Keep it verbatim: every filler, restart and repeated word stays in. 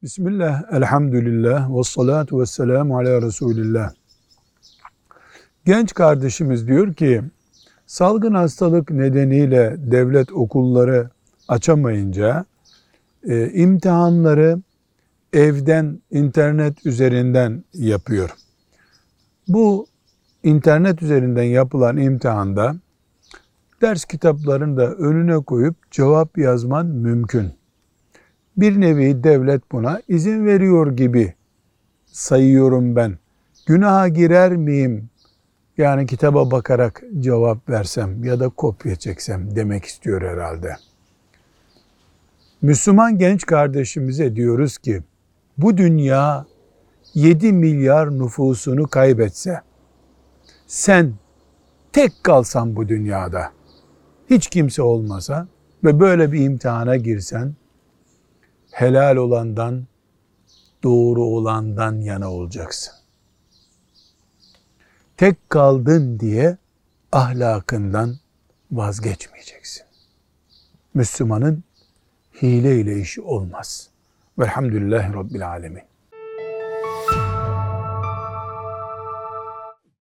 Bismillah, elhamdülillah, ve salatu ve selamu ala Resulillah. Genç kardeşimiz diyor ki, salgın hastalık nedeniyle devlet okulları açamayınca e, imtihanları evden, internet üzerinden yapıyor. Bu internet üzerinden yapılan imtihanda ders kitaplarını da önüne koyup cevap yazman mümkün. Bir nevi devlet buna izin veriyor gibi sayıyorum ben. Günaha girer miyim? Yani kitaba bakarak cevap versem ya da kopya çeksem demek istiyor herhalde. Müslüman genç kardeşimize diyoruz ki, bu dünya yedi milyar nüfusunu kaybetse, sen tek kalsan bu dünyada, hiç kimse olmasa ve böyle bir imtihana girsen, helal olandan, doğru olandan yana olacaksın. Tek kaldın diye ahlakından vazgeçmeyeceksin. Müslümanın hile ile işi olmaz. Velhamdülillahi Rabbil Alemin.